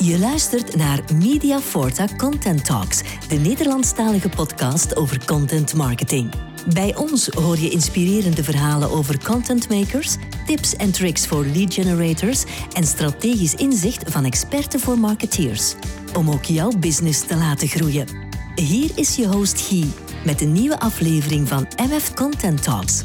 Je luistert naar Media Forta Content Talks, de Nederlandstalige podcast over content marketing. Bij ons hoor je inspirerende verhalen over contentmakers, tips en tricks voor lead generators en strategisch inzicht van experten voor marketeers. Om ook jouw business te laten groeien. Hier is je host Guy met een nieuwe aflevering van MF Content Talks.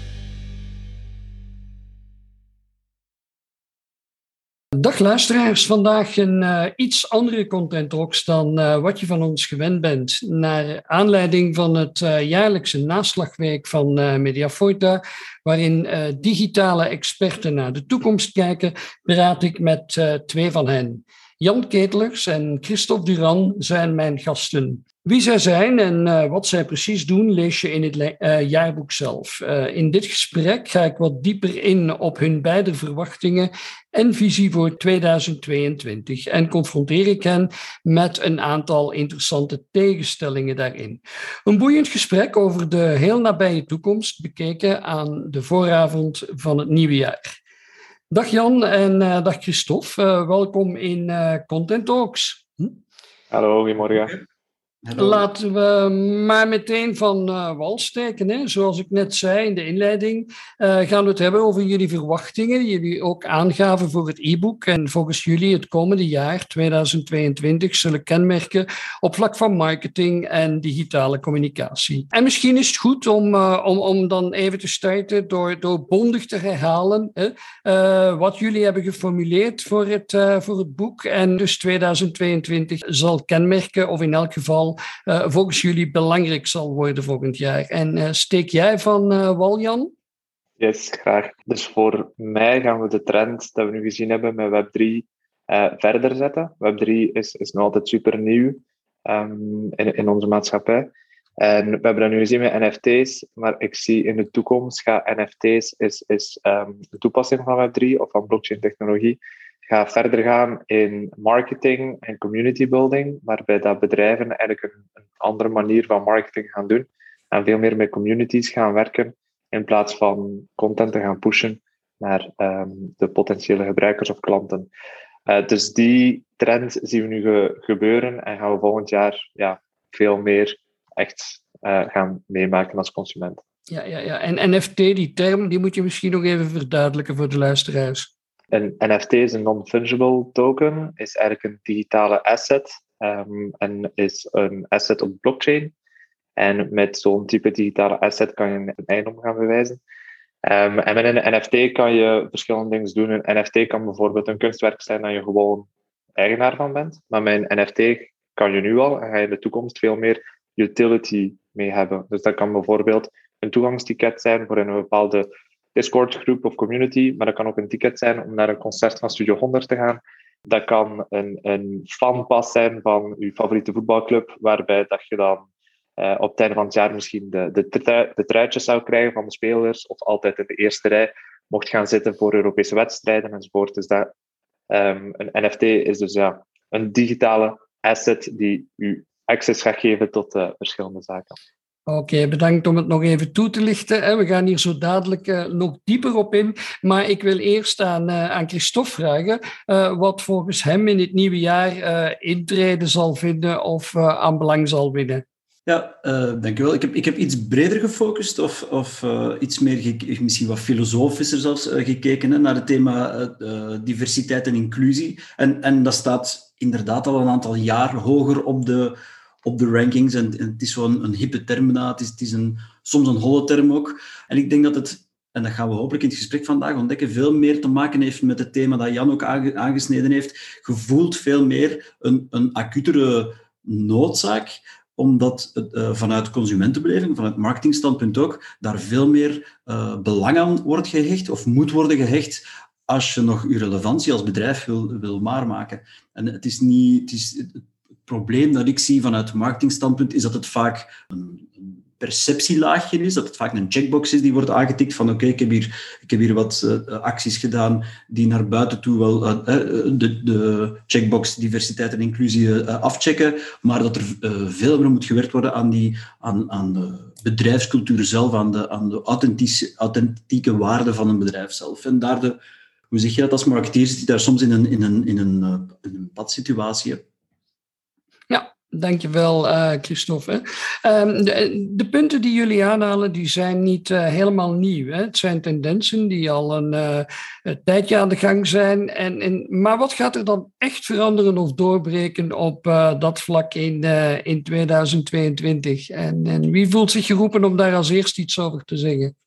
Dag luisteraars, vandaag een iets andere Content Talks dan wat je van ons gewend bent. Naar aanleiding van het jaarlijkse naslagweek van Media Forta, waarin digitale experten naar de toekomst kijken, praat ik met twee van hen. Jan Ketelers en Christophe Durand zijn mijn gasten. Wie zij zijn en wat zij precies doen, lees je in het jaarboek zelf. In dit gesprek ga ik wat dieper in op hun beide verwachtingen en visie voor 2022 en confronteer ik hen met een aantal interessante tegenstellingen daarin. Een boeiend gesprek over de heel nabije toekomst, bekeken aan de vooravond van het nieuwe jaar. Dag Jan en dag Christophe, welkom in Content Talks. Hallo, goedemorgen. Hallo. Laten we maar meteen van wal steken. Hè. Zoals ik net zei in de inleiding, gaan we het hebben over jullie verwachtingen, die jullie ook aangaven voor het e-book en volgens jullie het komende jaar, 2022, zullen kenmerken op vlak van marketing en digitale communicatie. En misschien is het goed om dan even te starten door bondig te herhalen wat jullie hebben geformuleerd voor het boek en dus 2022 zal kenmerken, of in elk geval volgens jullie belangrijk zal worden volgend jaar. En steek jij van wal, Jan? Yes, graag. Dus voor mij gaan we de trend dat we nu gezien hebben met Web3 verder zetten. Web3 is nog altijd super nieuw in onze maatschappij. En we hebben dat nu gezien met NFT's, maar ik zie in de toekomst NFT's is de toepassing van Web3 of van blockchain technologie ga verder gaan in marketing en community building, waarbij dat bedrijven eigenlijk een andere manier van marketing gaan doen en veel meer met communities gaan werken in plaats van content te gaan pushen naar de potentiële gebruikers of klanten. Dus die trend zien we nu gebeuren en gaan we volgend jaar veel meer echt gaan meemaken als consument. Ja. En NFT, die term, die moet je misschien nog even verduidelijken voor de luisteraars. Een NFT is een non-fungible token, is eigenlijk een digitale asset en is een asset op blockchain. En met zo'n type digitale asset kan je een eigendom gaan bewijzen. En met een NFT kan je verschillende dingen doen. Een NFT kan bijvoorbeeld een kunstwerk zijn dat je gewoon eigenaar van bent. Maar met een NFT kan je nu al en ga je in de toekomst veel meer utility mee hebben. Dus dat kan bijvoorbeeld een toegangsticket zijn voor een bepaalde Discord-groep of community, maar dat kan ook een ticket zijn om naar een concert van Studio 100 te gaan. Dat kan een fanpas zijn van je favoriete voetbalclub, waarbij dat je dan op het einde van het jaar misschien de truitjes zou krijgen van de spelers, of altijd in de eerste rij mocht gaan zitten voor Europese wedstrijden enzovoort. Dus dat, een NFT is dus een digitale asset die u access gaat geven tot verschillende zaken. Oké, bedankt om het nog even toe te lichten. We gaan hier zo dadelijk nog dieper op in. Maar ik wil eerst aan Christophe vragen wat volgens hem in het nieuwe jaar intrede zal vinden of aan belang zal winnen. Ja, dankjewel. Ik heb iets breder gefocust of iets meer, misschien wat filosofischer zelfs, gekeken naar het thema diversiteit en inclusie. En dat staat inderdaad al een aantal jaar hoger op de rankings. En het is zo'n hippe term. Het is soms een holle term ook. En ik denk dat het, en dat gaan we hopelijk in het gesprek vandaag ontdekken, veel meer te maken heeft met het thema dat Jan ook aangesneden heeft. Gevoeld veel meer een acutere noodzaak, omdat vanuit consumentenbeleving, vanuit marketingstandpunt ook, daar veel meer belang aan wordt gehecht of moet worden gehecht als je nog je relevantie als bedrijf wil waarmaken. En het probleem dat ik zie vanuit marketingstandpunt is dat het vaak een perceptielaagje is, dat het vaak een checkbox is die wordt aangetikt van oké, ik heb hier wat acties gedaan die naar buiten toe wel de checkbox diversiteit en inclusie afchecken, maar dat er veel meer moet gewerkt worden aan de bedrijfscultuur zelf, aan de authentieke waarde van een bedrijf zelf. En daar Hoe zeg je dat als marketeer? Zit je daar soms in een padsituatie? Ja, dankjewel Christophe. De punten die jullie aanhalen, die zijn niet helemaal nieuw. Hè? Het zijn tendensen die al een tijdje aan de gang zijn. Maar wat gaat er dan echt veranderen of doorbreken op dat vlak in 2022? En wie voelt zich geroepen om daar als eerst iets over te zeggen?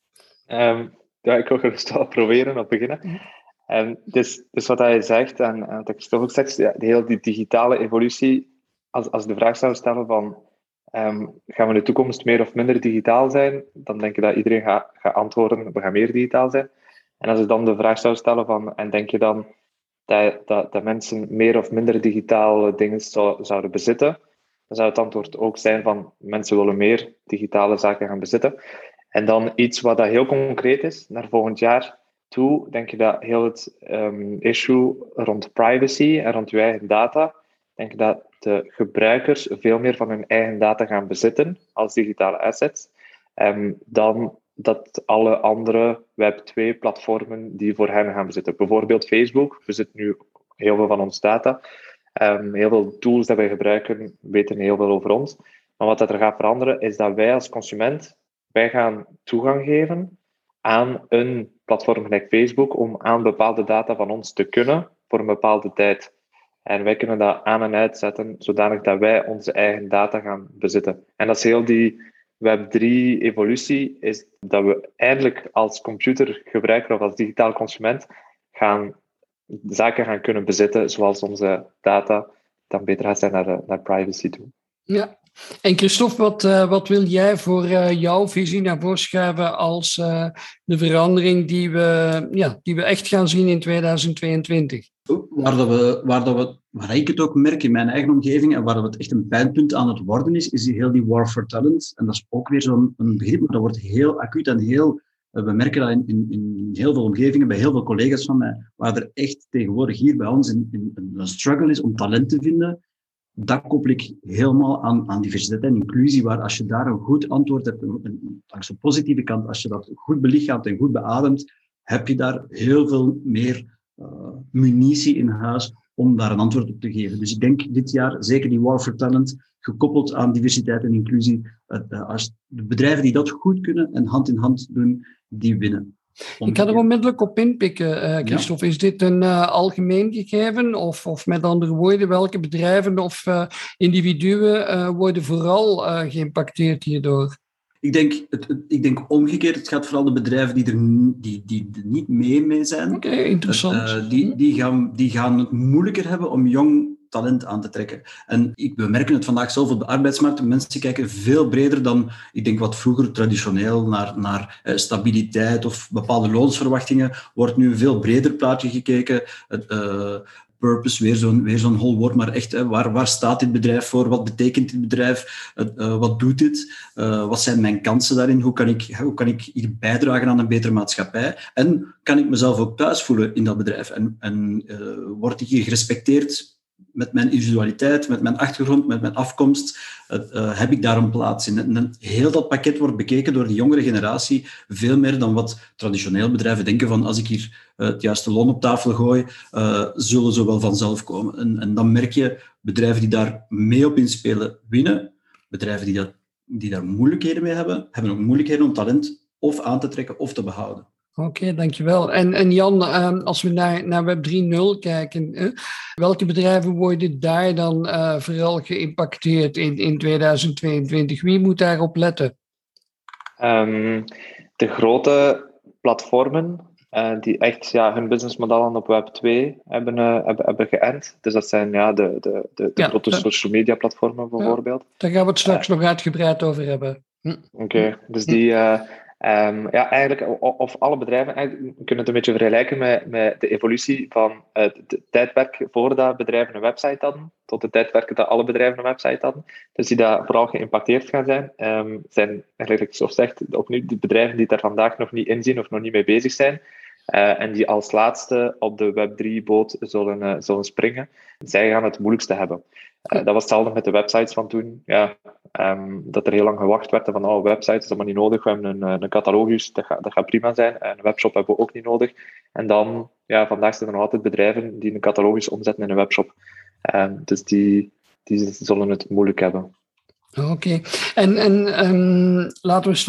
Ja, ik wil gerust wel proberen op beginnen. Dus wat hij zegt, en wat Christophe ook zegt, ja, de hele digitale evolutie, als de vraag zou stellen van gaan we in de toekomst meer of minder digitaal zijn, dan denk ik dat iedereen gaat antwoorden, we gaan meer digitaal zijn. En als ik dan de vraag zou stellen van, en denk je dan dat mensen meer of minder digitale dingen zouden bezitten, dan zou het antwoord ook zijn van, mensen willen meer digitale zaken gaan bezitten. En dan iets wat dat heel concreet is, naar volgend jaar toe, denk je dat heel het issue rond privacy en rond je eigen data, denk je dat de gebruikers veel meer van hun eigen data gaan bezitten als digitale assets, dan dat alle andere Web2-platformen die voor hen gaan bezitten. Bijvoorbeeld Facebook bezit nu heel veel van ons data. Heel veel tools die wij gebruiken weten heel veel over ons. Maar wat er gaat veranderen, is dat wij als consument wij gaan toegang geven aan een platform gelijk Facebook om aan bepaalde data van ons te kunnen voor een bepaalde tijd. En wij kunnen dat aan en uitzetten zodanig dat wij onze eigen data gaan bezitten. En dat is heel die Web3-evolutie, is dat we eindelijk als computergebruiker of als digitaal consument zaken gaan kunnen bezitten zoals onze data dan beter gaat zijn naar privacy toe. Ja. En Christophe, wat wil jij voor jouw visie naar voren schuiven als de verandering die we echt gaan zien in 2022? Waar ik het ook merk in mijn eigen omgeving en waar het echt een pijnpunt aan het worden is heel die war for talent. En dat is ook weer zo'n begrip, maar dat wordt heel acuut en heel... We merken dat in heel veel omgevingen, bij heel veel collega's van mij, waar er echt tegenwoordig hier bij ons een struggle is om talent te vinden. Dat koppel ik helemaal aan diversiteit en inclusie, waar als je daar een goed antwoord hebt, langs de positieve kant, als je dat goed belichaamt en goed beademt, heb je daar heel veel meer munitie in huis om daar een antwoord op te geven. Dus ik denk dit jaar, zeker die war for talent, gekoppeld aan diversiteit en inclusie, als de bedrijven die dat goed kunnen en hand in hand doen, die winnen. Ik ga er onmiddellijk op inpikken, Christophe. Ja. Is dit een algemeen gegeven? Of met andere woorden, welke bedrijven of individuen worden vooral geïmpacteerd hierdoor? Ik denk omgekeerd. Het gaat vooral de bedrijven die er niet mee zijn. Oké, interessant. Die gaan het moeilijker hebben om jong talent aan te trekken. En we merken het vandaag zelf op de arbeidsmarkt. Mensen kijken veel breder dan, ik denk wat vroeger traditioneel naar stabiliteit of bepaalde loonsverwachtingen. Wordt nu een veel breder plaatje gekeken. Purpose, weer zo'n hol woord, maar echt, waar staat dit bedrijf voor? Wat betekent dit bedrijf? Wat doet dit? Wat zijn mijn kansen daarin? Hoe kan ik hier bijdragen aan een betere maatschappij? En kan ik mezelf ook thuis voelen in dat bedrijf? En word ik hier gerespecteerd met mijn individualiteit, met mijn achtergrond, met mijn afkomst? Heb ik daar een plaats in? En heel dat pakket wordt bekeken door de jongere generatie veel meer dan wat traditioneel bedrijven denken van als ik hier het juiste loon op tafel gooi, zullen ze wel vanzelf komen. En dan merk je bedrijven die daar mee op inspelen winnen. Bedrijven die daar moeilijkheden mee hebben ook moeilijkheden om talent of aan te trekken of te behouden. Oké, dankjewel. En Jan, als we naar Web 3.0 kijken, welke bedrijven worden daar dan vooral geïmpacteerd in 2022? Wie moet daarop letten? De grote platformen die echt hun businessmodellen op Web 2 hebben geënt. Dus dat zijn de grote social media platformen bijvoorbeeld. Daar gaan we het straks nog uitgebreid over hebben. Oké, dus die... eigenlijk, of alle bedrijven, we kunnen het een beetje vergelijken met de evolutie van het tijdperk voordat bedrijven een website hadden, tot het tijdperk dat alle bedrijven een website hadden. Dus die daar vooral geïmpacteerd gaan zijn eigenlijk, zoals zegt, opnieuw de bedrijven die daar vandaag nog niet in zien of nog niet mee bezig zijn. en die als laatste op de Web3-boot zullen springen. Zij gaan het moeilijkste hebben. Dat was hetzelfde met de websites van toen. Ja, dat er heel lang gewacht werd van websites is allemaal niet nodig. We hebben een catalogus, dat gaat prima zijn. Een webshop hebben we ook niet nodig. En dan, vandaag zijn er nog altijd bedrijven die een catalogus omzetten in een webshop. Dus die zullen het moeilijk hebben. Oké. En laten we eens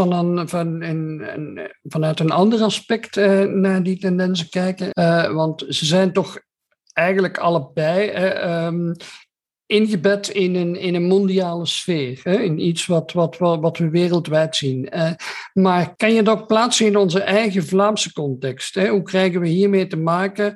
vanuit een ander aspect naar die tendensen kijken. Want ze zijn toch eigenlijk allebei ingebed in een mondiale sfeer. In iets wat we wereldwijd zien. Maar kan je dat plaatsen in onze eigen Vlaamse context? Hoe krijgen we hiermee te maken?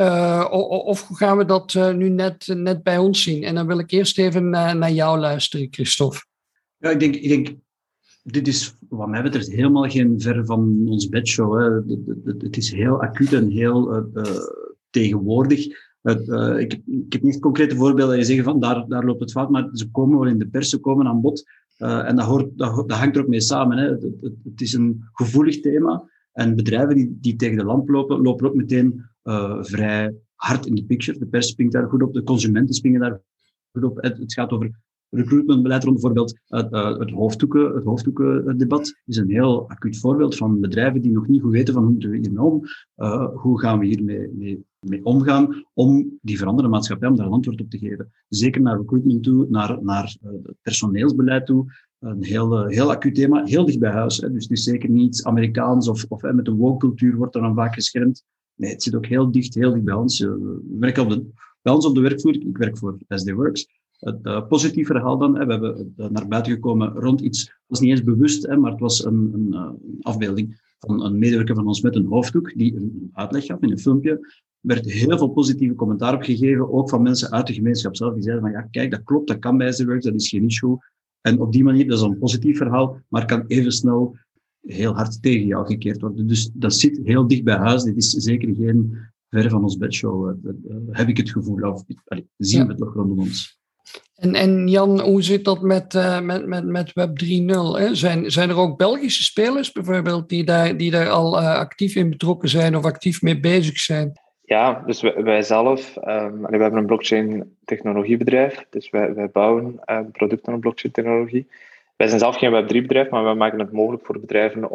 Of hoe gaan we dat nu net bij ons zien? En dan wil ik eerst even naar jou luisteren, Christophe. Ja, ik denk, dit is wat mij betreft helemaal geen ver van ons bedshow. Hè. Het is heel acuut en heel tegenwoordig. Ik heb niet concrete voorbeelden die zeggen van daar loopt het fout, maar ze komen wel in de pers, ze komen aan bod. En dat hangt er ook mee samen. Hè. Het is een gevoelig thema. En bedrijven die tegen de lamp lopen ook meteen vrij hard in de picture. De pers springt daar goed op, de consumenten springen daar goed op. Het gaat over recruitmentbeleid rond bijvoorbeeld het hoofddoekendebat is een heel acuut voorbeeld van bedrijven die nog niet goed weten van hoe moeten we hiermee om, hoe gaan we hiermee omgaan om die veranderende maatschappij om daar een antwoord op te geven. Zeker naar recruitment toe, naar personeelsbeleid toe. Een heel acuut thema, heel dicht bij huis. Hè. Dus het is zeker niet iets Amerikaans of met de woke-cultuur wordt er dan vaak geschermd. Nee, het zit ook heel dicht bij ons. We werken bij ons op de werkvloer. Ik werk voor SD Works. Het positief verhaal dan, we hebben naar buiten gekomen rond iets, het was niet eens bewust, maar het was een afbeelding van een medewerker van ons met een hoofddoek, die een uitleg gaf in een filmpje. Er werd heel veel positieve commentaar op gegeven, ook van mensen uit de gemeenschap zelf, die zeiden van ja, kijk, dat klopt, dat kan bij SD Works, dat is geen issue. En op die manier, dat is een positief verhaal, maar kan even snel heel hard tegen jou gekeerd worden. Dus dat zit heel dicht bij huis, dit is zeker geen ver van ons bedshow, heb ik het gevoel, of zien we het nog rondom ons. En Jan, hoe zit dat met Web 3.0? Zijn er ook Belgische spelers bijvoorbeeld die daar al actief in betrokken zijn of actief mee bezig zijn? Ja, dus wij zelf, we hebben een blockchain technologiebedrijf, dus wij bouwen producten op blockchain technologie. Wij zijn zelf geen Web 3 bedrijf, maar wij maken het mogelijk voor bedrijven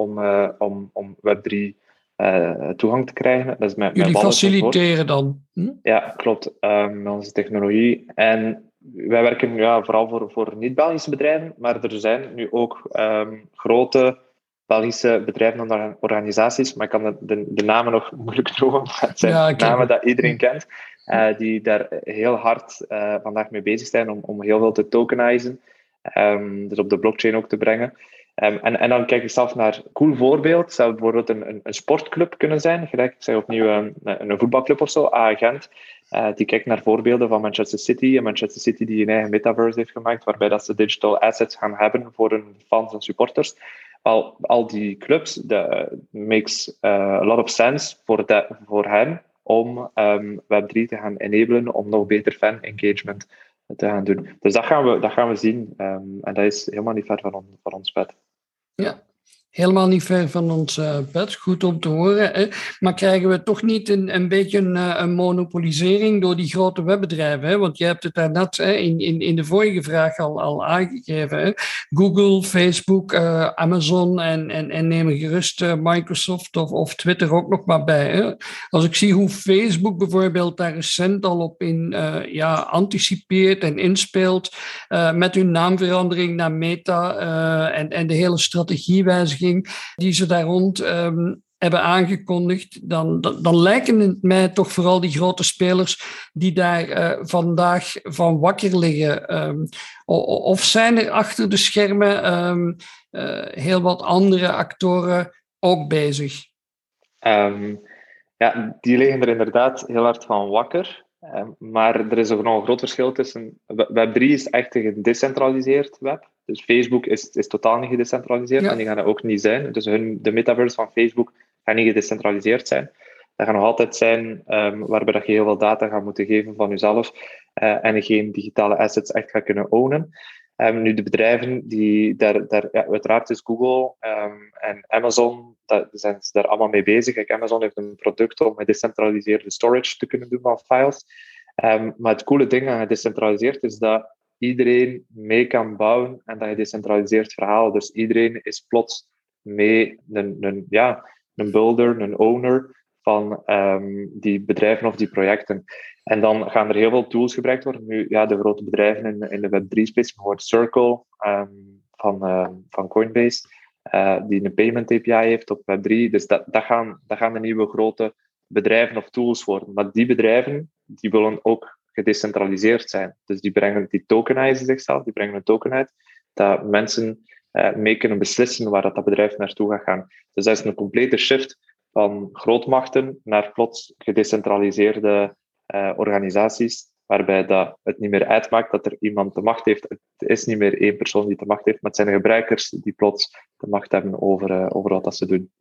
om Web 3 toegang te krijgen. Dat is Jullie faciliteren dan? Ja, klopt, met onze technologie. En wij werken vooral voor niet-Belgische bedrijven, maar er zijn nu ook grote Belgische bedrijven en organisaties, maar ik kan de namen nog moeilijk noemen. Het zijn namen dat iedereen kent, die daar heel hard vandaag mee bezig zijn om heel veel te tokenizen, dus op de blockchain ook te brengen. En dan kijk ik zelf naar een cool voorbeeld. Het zou bijvoorbeeld een sportclub kunnen zijn. Gelijk, ik zeg opnieuw een voetbalclub of zo, A-agent. Die kijkt naar voorbeelden van Manchester City. En Manchester City die een eigen metaverse heeft gemaakt, waarbij dat ze digital assets gaan hebben voor hun fans en supporters. Al die clubs, that makes a lot of sense voor hen om Web3 te gaan enablen, om nog beter fan engagement te gaan doen. Dus dat gaan we zien. En dat is helemaal niet ver van ons bed. Ja, helemaal niet ver van ons bed. Goed om te horen. Hè? Maar krijgen we toch niet een beetje een monopolisering door die grote webbedrijven? Hè? Want je hebt het daarnet in de vorige vraag al aangegeven. Hè? Google, Facebook, Amazon en neem er gerust Microsoft of Twitter ook nog maar bij. Hè? Als ik zie hoe Facebook bijvoorbeeld daar recent al op anticipeert en inspeelt met hun naamverandering naar Meta en de hele strategiewijziging die ze daar rond hebben aangekondigd, dan lijken het mij toch vooral die grote spelers die daar vandaag van wakker liggen. Of zijn er achter de schermen heel wat andere actoren ook bezig? Die liggen er inderdaad heel hard van wakker. Maar er is ook nog een groot verschil tussen... Web3 is echt een gedecentraliseerd web. Dus Facebook is totaal niet gedecentraliseerd en die gaan er ook niet zijn. Dus de metaverse van Facebook gaat niet gedecentraliseerd zijn. Dat gaat nog altijd zijn waarbij dat je heel veel data gaat moeten geven van jezelf en geen digitale assets echt gaat kunnen ownen. Nu, de bedrijven die uiteraard is Google en Amazon, zijn ze daar allemaal mee bezig. Kijk, Amazon heeft een product om gedecentraliseerde storage te kunnen doen van files. Maar het coole ding aan gedecentraliseerd is dat iedereen mee kan bouwen en dat je decentraliseerd verhaal. Dus iedereen is plots mee een builder, een owner van die bedrijven of die projecten. En dan gaan er heel veel tools gebruikt worden. Nu, de grote bedrijven in de Web3-space, bijvoorbeeld Circle van Coinbase, die een payment API heeft op Web3. Dus dat gaan de nieuwe grote bedrijven of tools worden. Maar die bedrijven, die willen ook gedecentraliseerd zijn. Dus die tokenizen zichzelf, die brengen een token uit, dat mensen mee kunnen beslissen waar dat bedrijf naartoe gaat gaan. Dus dat is een complete shift van grootmachten naar plots gedecentraliseerde organisaties, waarbij dat het niet meer uitmaakt dat er iemand de macht heeft. Het is niet meer één persoon die de macht heeft, maar het zijn de gebruikers die plots de macht hebben over wat dat ze doen.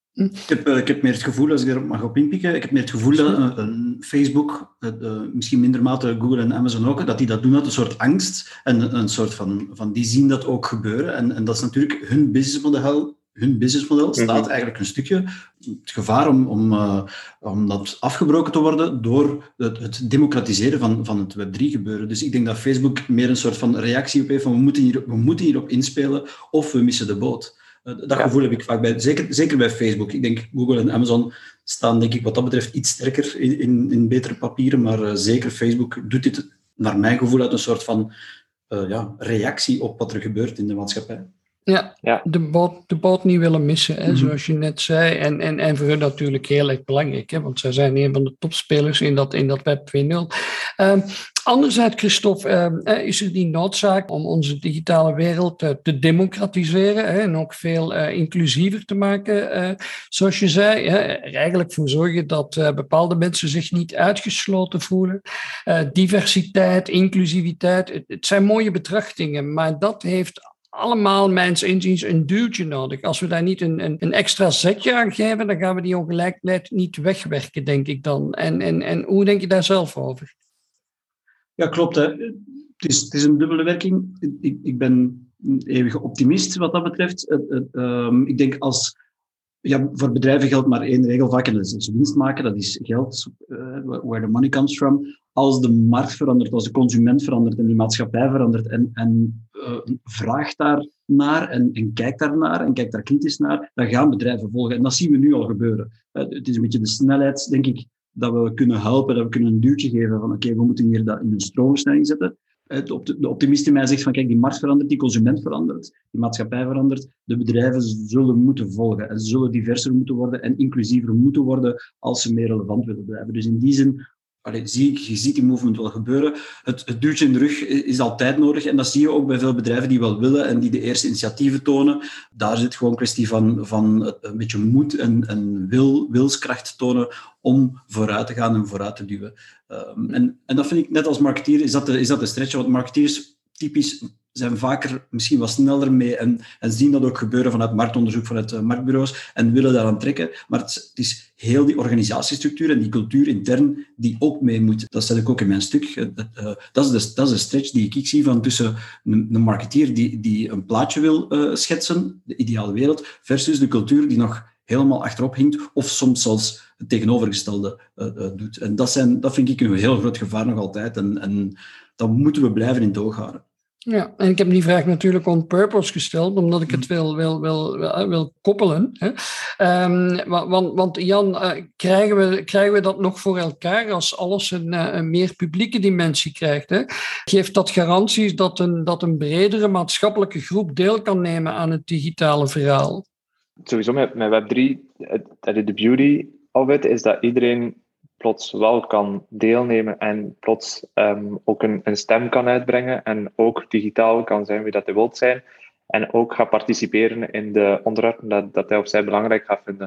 Ik heb meer het gevoel, als ik erop mag op inpikken, ik heb meer het gevoel dat Facebook, misschien minder mate Google en Amazon ook, dat die dat doen uit een soort angst en een soort van die zien dat ook gebeuren. En dat is natuurlijk hun businessmodel. Hun businessmodel staat eigenlijk een stukje het gevaar om dat afgebroken te worden door het democratiseren van het Web3-gebeuren. Dus ik denk dat Facebook meer een soort van reactie op heeft van we moeten hierop inspelen of we missen de boot. Dat gevoel heb ik vaak bij, zeker bij Facebook. Ik denk Google en Amazon staan, denk ik, wat dat betreft iets sterker in betere papieren, maar zeker Facebook doet dit, naar mijn gevoel, uit een soort van reactie op wat er gebeurt in de maatschappij. Ja, de boot niet willen missen, hè, zoals je net zei. En voor hun natuurlijk heel erg belangrijk, hè, want zij zijn een van de topspelers in dat Web 2.0. Anderzijds, Christophe, is er die noodzaak om onze digitale wereld te democratiseren en ook veel inclusiever te maken. Zoals je zei, er eigenlijk voor zorgen dat bepaalde mensen zich niet uitgesloten voelen. Diversiteit, inclusiviteit, het zijn mooie betrachtingen, maar dat heeft allemaal mijns inziens een duwtje nodig. Als we daar niet een extra zetje aan geven, dan gaan we die ongelijkheid niet wegwerken, denk ik dan. En hoe denk je daar zelf over? Ja, klopt. Hè. Het is een dubbele werking. Ik ben een eeuwige optimist wat dat betreft. Ik denk voor bedrijven geldt maar één regel vaak, en dat is winst maken, dat is geld, where the money comes from. Als de markt verandert, als de consument verandert en die maatschappij verandert en vraagt daar naar en kijkt daarnaar en kijkt daar kritisch naar, dan gaan bedrijven volgen. En dat zien we nu al gebeuren. Het is een beetje de snelheid, denk ik, dat we kunnen helpen, dat we kunnen een duwtje geven van oké, we moeten hier dat in een stroomversnelling zetten. De optimist in mij zegt van kijk, die markt verandert, die consument verandert, die maatschappij verandert, de bedrijven zullen moeten volgen en ze zullen diverser moeten worden en inclusiever moeten worden als ze meer relevant willen blijven. Dus in die zin, je ziet die movement wel gebeuren. Het duwtje in de rug is altijd nodig en dat zie je ook bij veel bedrijven die wel willen en die de eerste initiatieven tonen. Daar zit gewoon een kwestie van een beetje moed en wilskracht tonen om vooruit te gaan en vooruit te duwen. En dat vind ik, net als marketeer, is dat de stretch, want marketeers typisch zijn vaker misschien wat sneller mee en zien dat ook gebeuren vanuit marktonderzoek, vanuit marktbureaus en willen daaraan trekken. Maar het is heel die organisatiestructuur en die cultuur intern die ook mee moet. Dat zet ik ook in mijn stuk. Dat is de stretch die ik zie van tussen een marketeer die een plaatje wil schetsen, de ideale wereld, versus de cultuur die nog helemaal achterop hinkt of soms zelfs het tegenovergestelde doet. En dat vind ik een heel groot gevaar nog altijd. En dat moeten we blijven in het oog houden. Ja, en ik heb die vraag natuurlijk on purpose gesteld, omdat ik het wil koppelen. Hè. Want Jan, krijgen we dat nog voor elkaar als alles een meer publieke dimensie krijgt? Hè? Geeft dat garanties dat een bredere maatschappelijke groep deel kan nemen aan het digitale verhaal? Sowieso met Web3, de beauty of it is dat iedereen plots wel kan deelnemen en plots ook een stem kan uitbrengen en ook digitaal kan zijn wie dat hij wilt zijn en ook gaat participeren in de onderwerpen dat hij of zij belangrijk gaat vinden.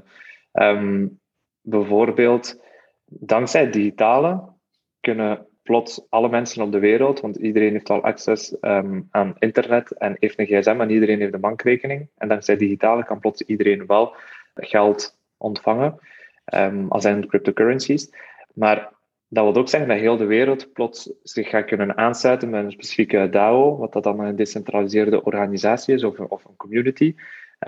Bijvoorbeeld, dankzij het digitale kunnen plots alle mensen op de wereld, want iedereen heeft al access aan internet en heeft een gsm en iedereen heeft een bankrekening. En dankzij het digitale kan plots iedereen wel geld ontvangen. Al zijn het cryptocurrencies. Maar Dat wil ook zeggen dat heel de wereld plots zich gaat kunnen aansluiten met een specifieke DAO, wat dat dan een decentraliseerde organisatie is of een community.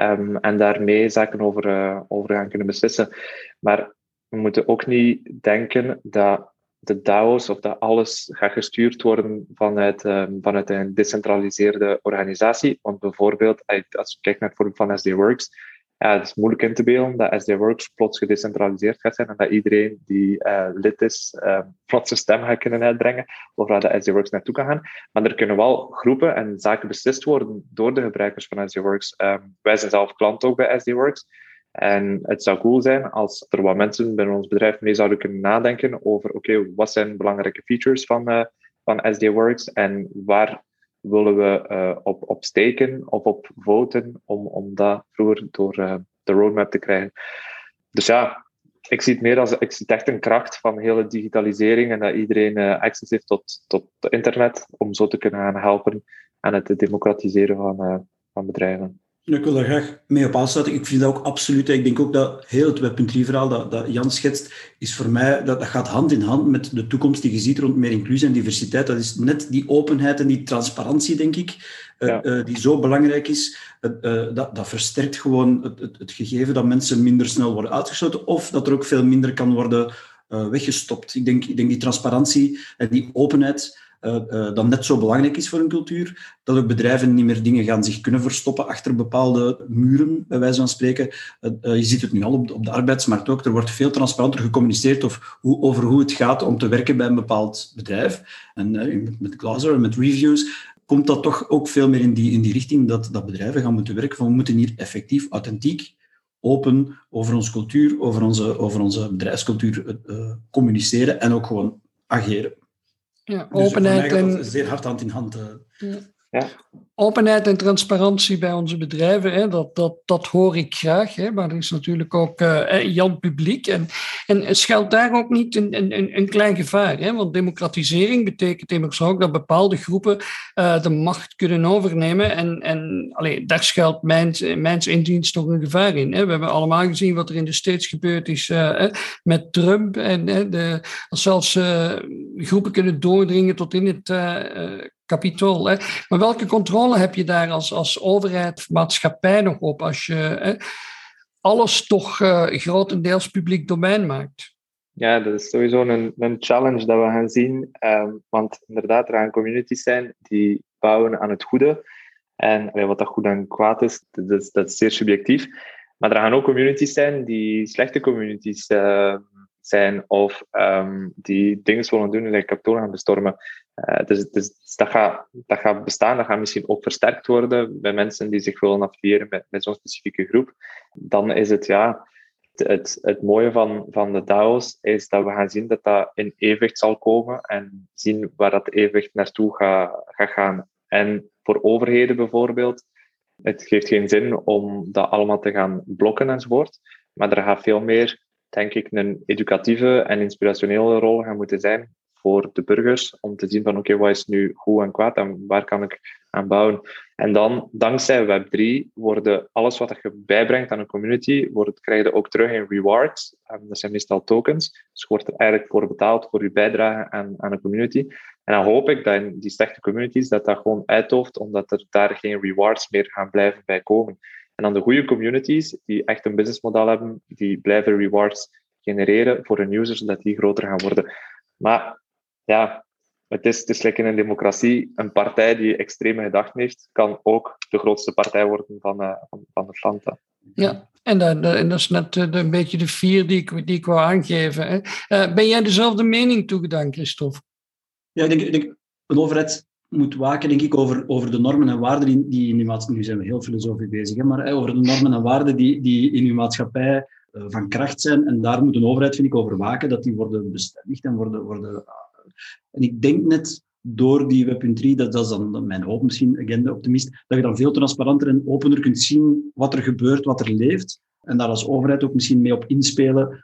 En daarmee zaken over gaan kunnen beslissen. Maar we moeten ook niet denken dat de DAO's of dat alles gaat gestuurd worden vanuit een decentraliseerde organisatie. Want bijvoorbeeld, als je kijkt naar het voorbeeld van SD Works, het is moeilijk in te beelden dat SD Works plots gedecentraliseerd gaat zijn en dat iedereen die lid is plots zijn stem gaat kunnen uitbrengen of waar de SD Works naartoe kan gaan. Maar er kunnen wel groepen en zaken beslist worden door de gebruikers van SD Works. Wij zijn zelf klant ook bij SD Works. En het zou cool zijn als er wat mensen binnen ons bedrijf mee zouden kunnen nadenken over oké, wat zijn belangrijke features van SD Works en waar willen we op steken of op voten om dat vroeger door de roadmap te krijgen. Dus ja, ik zie het echt een kracht van hele digitalisering en dat iedereen access heeft tot internet om zo te kunnen gaan helpen aan het democratiseren van bedrijven. Ik wil daar graag mee op aansluiten. Ik vind dat ook absoluut. Ik denk ook dat heel het Web3-verhaal dat Jan schetst, is voor mij, dat gaat hand in hand met de toekomst die je ziet rond meer inclusie en diversiteit. Dat is net die openheid en die transparantie, denk ik, die zo belangrijk is. Dat versterkt gewoon het gegeven dat mensen minder snel worden uitgesloten of dat er ook veel minder kan worden weggestopt. Ik denk die transparantie en die openheid dat net zo belangrijk is voor een cultuur, dat ook bedrijven niet meer dingen gaan zich kunnen verstoppen achter bepaalde muren, bij wijze van spreken. Je ziet het nu al op de arbeidsmarkt ook. Er wordt veel transparanter gecommuniceerd over hoe het gaat om te werken bij een bepaald bedrijf. En met Glassdoor en met reviews komt dat toch ook veel meer in die richting dat bedrijven gaan moeten werken. Van we moeten hier effectief, authentiek, open over onze cultuur, over onze bedrijfscultuur communiceren en ook gewoon ageren. Ja, dus openheid en zeer hard hand in hand. Ja. Openheid en transparantie bij onze bedrijven, hè, dat hoor ik graag. Hè, maar er is natuurlijk ook Jan publiek. En schuilt daar ook niet een klein gevaar. Hè, want democratisering betekent immers ook dat bepaalde groepen de macht kunnen overnemen. En daar schuilt mijns inziens toch een gevaar in. Hè. We hebben allemaal gezien wat er in de States gebeurd is met Trump. En als zelfs groepen kunnen doordringen tot in het Capitool. Hè. Maar welke controle heb je daar als overheid, maatschappij nog op als je alles toch grotendeels publiek domein maakt? Ja, dat is sowieso een challenge dat we gaan zien. Want inderdaad, er gaan communities zijn die bouwen aan het goede. En wat dat goed en kwaad is, dat is zeer subjectief. Maar er gaan ook communities zijn die slechte communities zijn of die dingen willen doen, like Capitool gaan bestormen. Dus dat gaat bestaan, dat gaat misschien ook versterkt worden bij mensen die zich willen affiliëren met zo'n specifieke groep. Dan is het het mooie van de DAO's is dat we gaan zien dat dat in evenwicht zal komen en zien waar dat evenwicht naartoe gaat gaan. En voor overheden bijvoorbeeld, het geeft geen zin om dat allemaal te gaan blokken enzovoort, maar er gaat veel meer, denk ik, een educatieve en inspirationele rol gaan moeten zijn voor de burgers, om te zien van oké, wat is nu goed en kwaad en waar kan ik aan bouwen. En dan, dankzij Web3, worden alles wat je bijbrengt aan een community, krijg je ook terug in rewards. Dat zijn meestal tokens. Dus je wordt er eigenlijk voor betaald voor je bijdrage aan een community. En dan hoop ik dat in die slechte communities dat gewoon uitdooft, omdat er daar geen rewards meer gaan blijven bij komen. En dan de goede communities, die echt een businessmodel hebben, die blijven rewards genereren voor hun users, zodat die groter gaan worden. Maar ja, het is lekker in een democratie. Een partij die extreme gedachten heeft, kan ook de grootste partij worden van het land. Ja, en dat is net een beetje de vier die ik wou aangeven. Hè. Ben jij dezelfde mening toegedaan, Christophe? Ja, ik denk een overheid moet waken, denk ik, over de normen en waarden die in uw maatschappij... Nu zijn we heel filosofisch bezig, maar over de normen en waarden die in uw maatschappij van kracht zijn. En daar moet een overheid, vind ik, over waken, dat die worden bestemmigd en worden... En ik denk net door die Web3, dat is dan mijn hoop misschien, again de optimist, dat je dan veel transparanter en opener kunt zien wat er gebeurt, wat er leeft. En daar als overheid ook misschien mee op inspelen,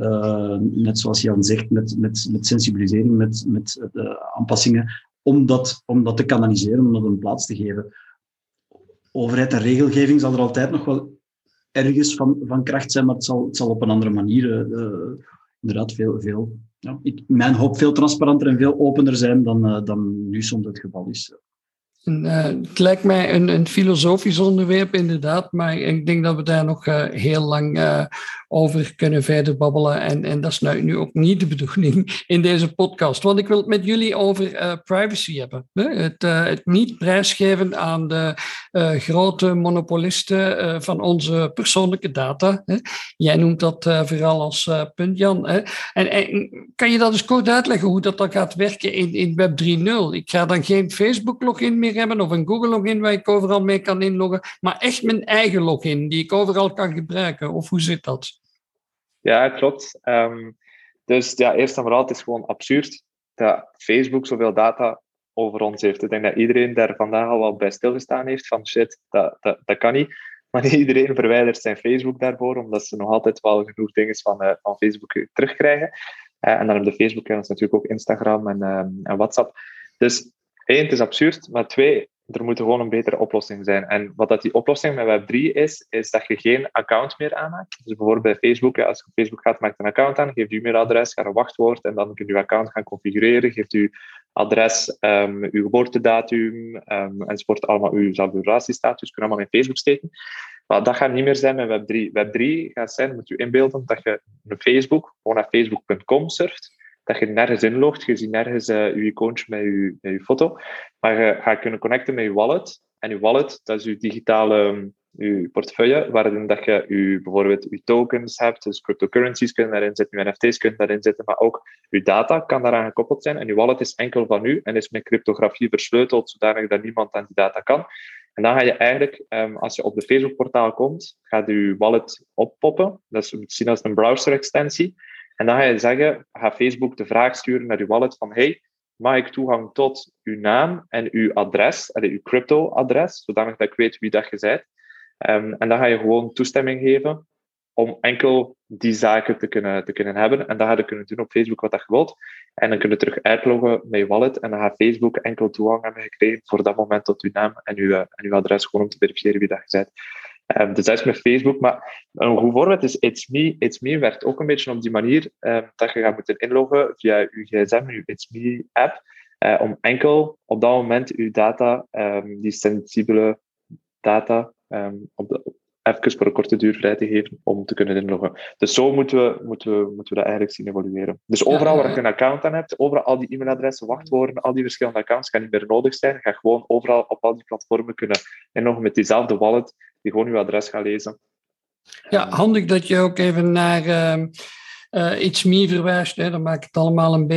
net zoals Jan zegt, met sensibilisering, met aanpassingen, om dat te kanaliseren, om dat een plaats te geven. Overheid en regelgeving zal er altijd nog wel ergens van kracht zijn, maar het zal op een andere manier inderdaad veel in mijn hoop veel transparanter en veel opener zijn dan nu soms het geval is. Het lijkt mij een filosofisch onderwerp, inderdaad, maar ik denk dat we daar nog heel lang over kunnen verder babbelen. En dat is nu ook niet de bedoeling in deze podcast, want ik wil het met jullie over privacy hebben. Het niet prijsgeven aan de grote monopolisten van onze persoonlijke data. Jij noemt dat vooral als punt, Jan. En kan je dat eens kort uitleggen hoe dat dan gaat werken in Web 3.0? Ik ga dan geen Facebook-login meer hebben of een Google-login waar ik overal mee kan inloggen, maar echt mijn eigen login die ik overal kan gebruiken. Of hoe zit dat? Ja, klopt. Dus ja, eerst en vooral, het is gewoon absurd dat Facebook zoveel data over ons heeft. Ik denk dat iedereen daar vandaag al wel bij stilgestaan heeft van shit, dat kan niet. Maar niet iedereen verwijdert zijn Facebook daarvoor, omdat ze nog altijd wel genoeg dingen van Facebook terugkrijgen. En dan op de Facebook hebben ze natuurlijk ook Instagram en WhatsApp. Dus 1, het is absurd, maar 2, er moet gewoon een betere oplossing zijn. En wat dat die oplossing met Web3 is dat je geen account meer aanmaakt. Dus bijvoorbeeld bij Facebook, als je op Facebook gaat, maakt een account aan, geeft je e-mailadres, gaat een wachtwoord en dan kun je je account gaan configureren, geeft je adres, je geboortedatum, enzovoort, allemaal je saturatiestatus, kun je allemaal in Facebook steken. Maar dat gaat niet meer zijn met Web3. Web3 gaat zijn, moet je inbeelden, dat je op Facebook, gewoon naar facebook.com surft, dat je nergens inlogt, je ziet nergens je icoontje met je foto, maar je gaat kunnen connecten met je wallet. En je wallet, dat is je digitale je portefeuille, waarin dat je bijvoorbeeld je tokens hebt, dus cryptocurrencies kunnen daarin zitten, je NFT's kunnen daarin zitten, maar ook je data kan daaraan gekoppeld zijn. En je wallet is enkel van u en is met cryptografie versleuteld, zodanig dat niemand aan die data kan. En dan ga je eigenlijk, als je op de Facebook-portaal komt, gaat je wallet oppoppen. Dat is zien als een browser-extensie. En dan ga je zeggen, ga Facebook de vraag sturen naar je wallet van hey, mag ik toegang tot uw naam en uw adres, uw crypto-adres, zodanig dat ik weet wie dat je bent. En dan ga je gewoon toestemming geven om enkel die zaken te kunnen hebben. En dan ga je kunnen doen op Facebook wat je wilt. En dan kun je terug uitloggen met je wallet. En dan gaat Facebook enkel toegang hebben gekregen voor dat moment tot uw naam en uw adres, gewoon om te verifiëren wie dat je bent. Dus dat is met Facebook. Maar een goed voorbeeld is It's Me werkt ook een beetje op die manier dat je gaat moeten inloggen via je gsm, je It's Me-app, om enkel op dat moment je data, die sensibele data, even voor een korte duur vrij te geven om te kunnen inloggen. Dus zo moeten we dat eigenlijk zien evolueren. Dus overal waar je een account aan hebt, overal al die e-mailadressen, wachtwoorden, al die verschillende accounts gaan niet meer nodig zijn. Je gaat gewoon overal op al die platformen kunnen inloggen met diezelfde wallet die gewoon je adres gaat lezen. Ja, handig dat je ook even naar It's Me verwijst. Dan maak ik het allemaal een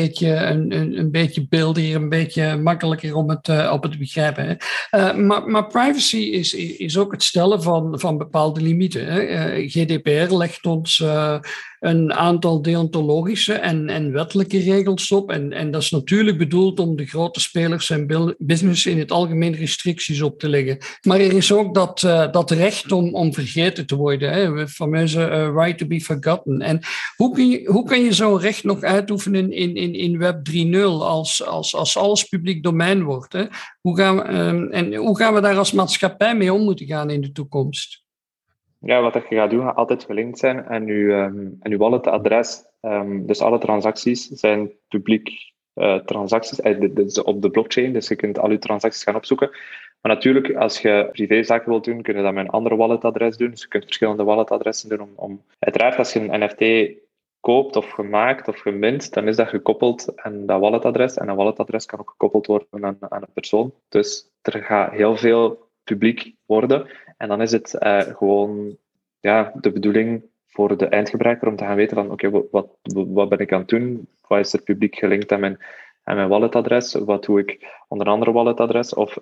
beetje beeldiger, een beetje makkelijker om het te begrijpen. Maar privacy is ook het stellen van bepaalde limieten. GDPR legt ons een aantal deontologische en wettelijke regels op. En dat is natuurlijk bedoeld om de grote spelers en business in het algemeen restricties op te leggen. Maar er is ook dat recht om vergeten te worden. Het fameuze right to be forgotten. En hoe kan je zo'n recht nog uitoefenen in Web 3.0 als alles publiek domein wordt? Hè? Hoe gaan we daar als maatschappij mee om moeten gaan in de toekomst? Ja, wat je gaat doen, gaat altijd gelinkt zijn aan je walletadres. Dus alle transacties zijn publiek transacties dus op de blockchain, dus je kunt al je transacties gaan opzoeken. Maar natuurlijk, als je privézaken wilt doen, kun je dat met een ander walletadres doen. Dus je kunt verschillende walletadressen doen. Uiteraard, als je een NFT koopt of gemaakt of gemint, dan is dat gekoppeld aan dat walletadres. En dat walletadres kan ook gekoppeld worden aan een persoon. Dus er gaat heel veel publiek worden. En dan is het gewoon de bedoeling voor de eindgebruiker om te gaan weten van oké, wat ben ik aan het doen? Wat is er publiek gelinkt aan mijn walletadres? Wat doe ik onder een andere walletadres? Of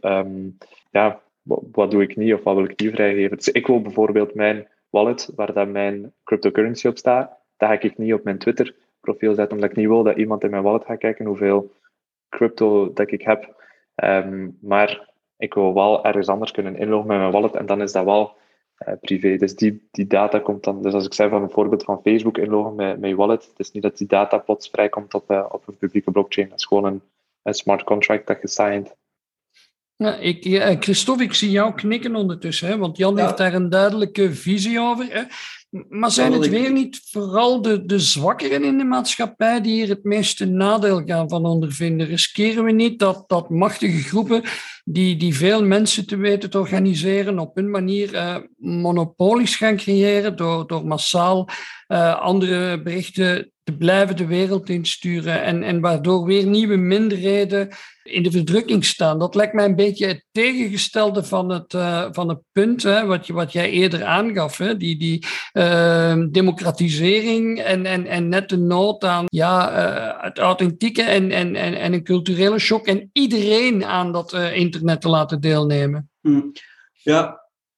wat doe ik niet of wat wil ik niet vrijgeven? Dus ik wil bijvoorbeeld mijn wallet, waar dat mijn cryptocurrency op staat, dat ga ik niet op mijn Twitter profiel zetten, omdat ik niet wil dat iemand in mijn wallet gaat kijken hoeveel crypto dat ik heb. Maar ik wil wel ergens anders kunnen inloggen met mijn wallet en dan is dat wel privé. Dus die data komt dan, dus als ik zei van een voorbeeld van Facebook inloggen met je wallet, het is niet dat die data plots vrijkomt op een publieke blockchain. Dat is gewoon een smart contract dat je signed. Ja, Christophe, ik zie jou knikken ondertussen, hè, want Jan heeft daar een duidelijke visie over. Hè. Maar zijn het weer niet vooral de zwakkeren in de maatschappij die hier het meeste nadeel gaan van ondervinden? Riskeren we niet dat machtige groepen die veel mensen te weten te organiseren op hun manier monopolies gaan creëren door massaal andere berichten te blijven de wereld insturen en waardoor weer nieuwe minderheden in de verdrukking staan? Dat lijkt mij een beetje het tegengestelde van het punt, hè, wat jij eerder aangaf. Hè, die democratisering en net de nood aan het authentieke en een culturele shock en iedereen aan dat internet te laten deelnemen. Ja,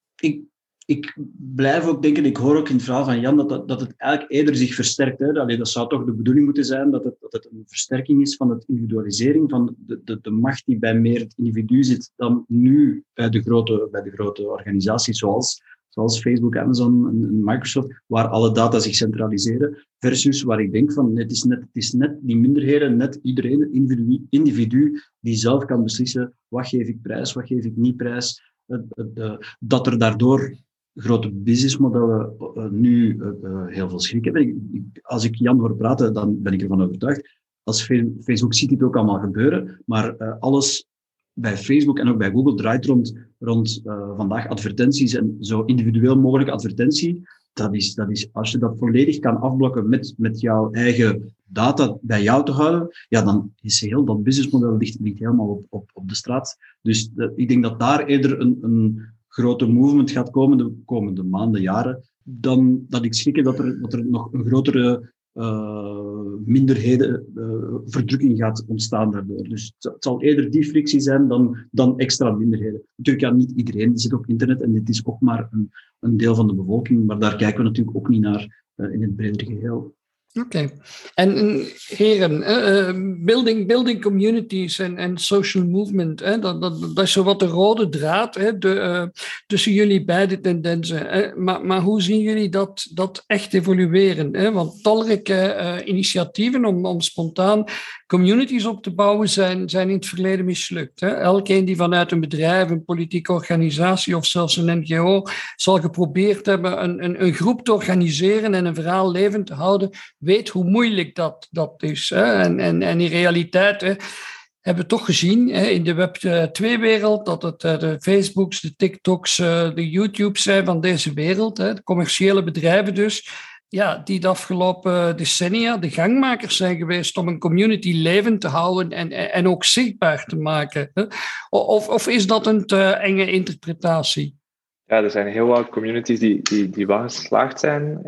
ik blijf ook denken, ik hoor ook in het verhaal van Jan dat het eigenlijk eerder zich versterkt. Hè. Allee, dat zou toch de bedoeling moeten zijn, dat het een versterking is van de individualisering, van de macht die bij meer het individu zit dan nu bij de grote organisaties zoals Facebook, Amazon en Microsoft, waar alle data zich centraliseren, versus waar ik denk van het is net die minderheden, net iedereen, individu die zelf kan beslissen wat geef ik prijs, wat geef ik niet prijs. Dat er daardoor grote businessmodellen nu heel veel schrik hebben. Als ik Jan hoor praten, dan ben ik ervan overtuigd. Als Facebook ziet dit ook allemaal gebeuren, maar alles bij Facebook en ook bij Google draait rond vandaag advertenties en zo individueel mogelijke advertentie. Dat is, als je dat volledig kan afblokken met jouw eigen data bij jou te houden, ja, dan is heel dat businessmodel ligt helemaal op de straat. Dus ik denk dat daar eerder een grote movement gaat komen de komende maanden, jaren, dan dat ik schrik dat er nog een grotere minderheden verdrukking gaat ontstaan daardoor. Dus het zal eerder die frictie zijn dan extra minderheden. Natuurlijk, niet iedereen zit op internet en dit is ook maar een deel van de bevolking, maar daar kijken we natuurlijk ook niet naar in het bredere geheel. Oké. En heren, building communities en social movement, dat is zo wat de rode draad tussen jullie beide tendensen. Maar hoe zien jullie dat echt evolueren? Want talrijke initiatieven om spontaan communities op te bouwen zijn in het verleden mislukt. Elkeen die vanuit een bedrijf, een politieke organisatie of zelfs een NGO zal geprobeerd hebben een groep te organiseren en een verhaal levend te houden, weet hoe moeilijk dat is. En in realiteit hebben we toch gezien in de Web 2-wereld dat het de Facebooks, de TikToks, de YouTubes zijn van deze wereld, de commerciële bedrijven dus, die de afgelopen decennia de gangmakers zijn geweest om een community levend te houden en ook zichtbaar te maken. Of is dat een te enge interpretatie? Ja, er zijn heel wat communities die wel geslaagd zijn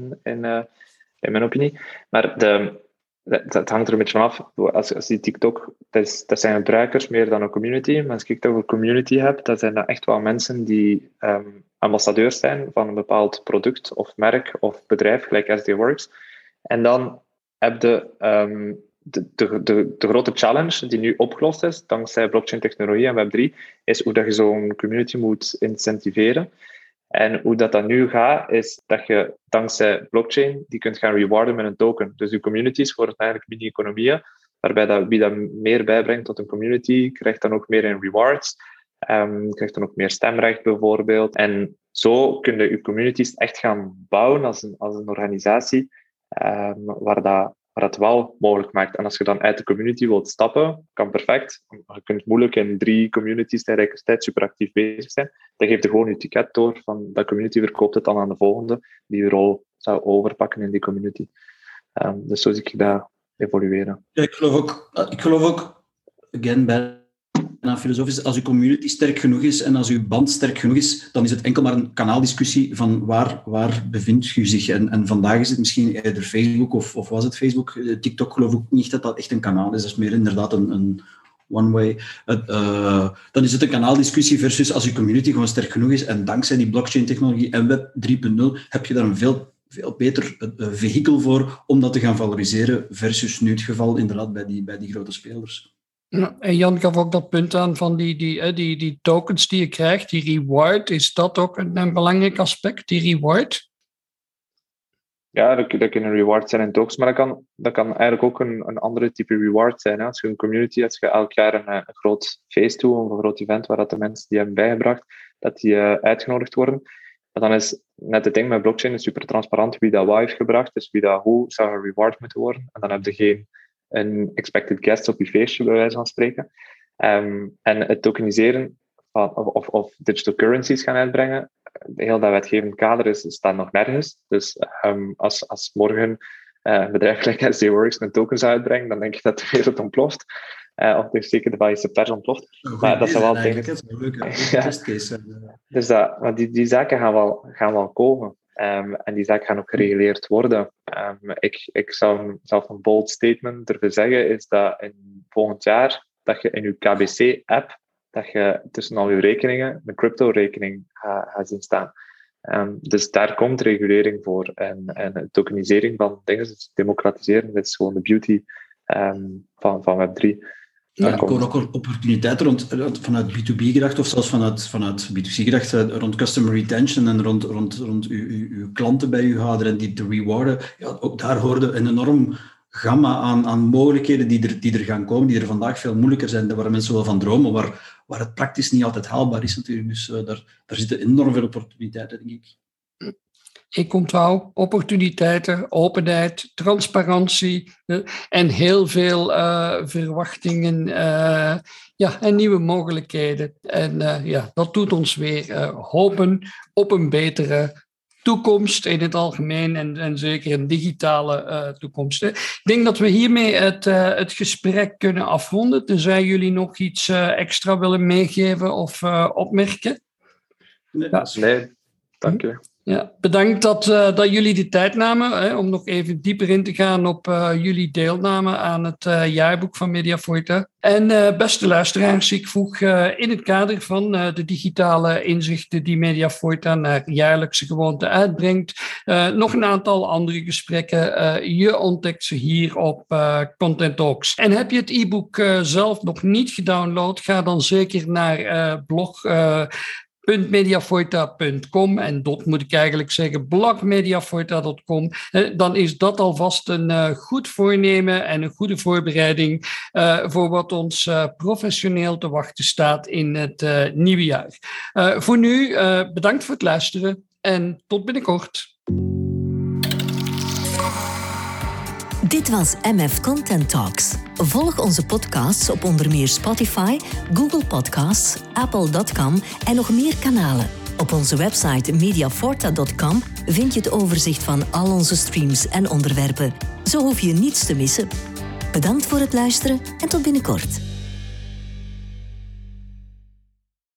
in mijn opinie. Maar dat hangt er een beetje vanaf. Als die TikTok, dat zijn gebruikers meer dan een community. Maar als ik het over een community heb, dan zijn dat echt wel mensen die ambassadeurs zijn van een bepaald product of merk of bedrijf, gelijk SD Works. En dan heb je de grote challenge die nu opgelost is, dankzij blockchain-technologie en Web3, is hoe dat je zo'n community moet incentiveren. En hoe dat nu gaat, is dat je dankzij blockchain die kunt gaan rewarden met een token. Dus je communities worden eigenlijk mini-economieën, waarbij wie dat meer bijbrengt tot een community, krijgt dan ook meer in rewards, krijgt dan ook meer stemrecht bijvoorbeeld. En zo kun je communities echt gaan bouwen als een organisatie, waar dat wel mogelijk maakt. En als je dan uit de community wilt stappen, kan perfect. Je kunt moeilijk in 3 communities tegelijkertijd superactief bezig zijn. Dan geef je gewoon je ticket door van dat community, verkoopt het dan aan de volgende die je rol zou overpakken in die community. Dus zo zie ik dat evolueren. Ja, ik geloof ook again, bijna filosofisch, als uw community sterk genoeg is en als uw band sterk genoeg is, dan is het enkel maar een kanaaldiscussie van waar bevindt u zich. En vandaag is het misschien eerder Facebook of was het Facebook? TikTok geloof ik niet dat dat echt een kanaal is. Dat is meer inderdaad een one-way. Dan is het een kanaaldiscussie versus als uw community gewoon sterk genoeg is en dankzij die blockchain-technologie en Web 3.0 heb je daar een veel beter vehikel voor om dat te gaan valoriseren versus nu het geval inderdaad bij die grote spelers. Ja, en Jan gaf ook dat punt aan van die tokens die je krijgt, die reward. Is dat ook een belangrijk aspect, die reward? Ja, dat kunnen rewards zijn in tokens, maar dat kan eigenlijk ook een andere type reward zijn. Hè. Als je een community hebt, als je elk jaar een groot feest doet, of een groot event waar dat de mensen die hebben bijgebracht, dat die uitgenodigd worden. Maar dan is net het ding met blockchain super transparant wie dat wat heeft gebracht, dus wie dat hoe zou een reward moeten worden. En dan heb je geen een expected guest op je feestje, bij wijze van spreken. En het tokeniseren of digital currencies gaan uitbrengen, heel dat wetgevend kader staat nog nergens. Dus als morgen een bedrijf like SD-Works een token zou uitbrengen, dan denk ik dat de wereld ontploft. Of dus zeker de Belgische pers ontploft. Maar dat zou wel tegen. Dat is een leuke testcase. Dus maar die zaken gaan wel komen. En die zaken gaan ook gereguleerd worden. Ik zou zelf een bold statement durven zeggen, is dat in volgend jaar dat je in je KBC-app dat je tussen al je rekeningen een crypto-rekening gaat zien staan. Dus daar komt regulering voor. En tokenisering van dingen, dus democratiseren, dat is gewoon de beauty van Web3. Ja, er komen ook opportuniteiten rond vanuit B2B gedacht, of zelfs vanuit B2C gedacht, rond customer retention en rond uw klanten bij u houden en die te rewarden. Ja, ook daar hoorde een enorm gamma aan mogelijkheden die er gaan komen, die er vandaag veel moeilijker zijn, waar mensen wel van dromen, waar het praktisch niet altijd haalbaar is natuurlijk. Dus daar zitten enorm veel opportuniteiten, denk ik. Ik onthoud opportuniteiten, openheid, transparantie en heel veel verwachtingen en nieuwe mogelijkheden. En dat doet ons weer hopen op een betere toekomst in het algemeen en zeker een digitale toekomst. Ik denk dat we hiermee het gesprek kunnen afronden. Tenzij jullie nog iets extra willen meegeven of opmerken. Nee, dank je. Ja, bedankt dat jullie de tijd namen om nog even dieper in te gaan op jullie deelname aan het jaarboek van Mediaforta. En beste luisteraars, ik voeg in het kader van de digitale inzichten die Mediaforta naar jaarlijkse gewoonte uitbrengt, nog een aantal andere gesprekken. Je ontdekt ze hier op Content Talks. En heb je het e-book zelf nog niet gedownload, ga dan zeker naar blog .mediaforta.com en moet ik eigenlijk zeggen blogmediaforta.com. Dan is dat alvast een goed voornemen en een goede voorbereiding voor wat ons professioneel te wachten staat in het nieuwe jaar. Voor nu bedankt voor het luisteren en tot binnenkort. Dit was MF Content Talks. Volg onze podcasts op onder meer Spotify, Google Podcasts, Apple.com en nog meer kanalen. Op onze website mediaforta.com vind je het overzicht van al onze streams en onderwerpen. Zo hoef je niets te missen. Bedankt voor het luisteren en tot binnenkort.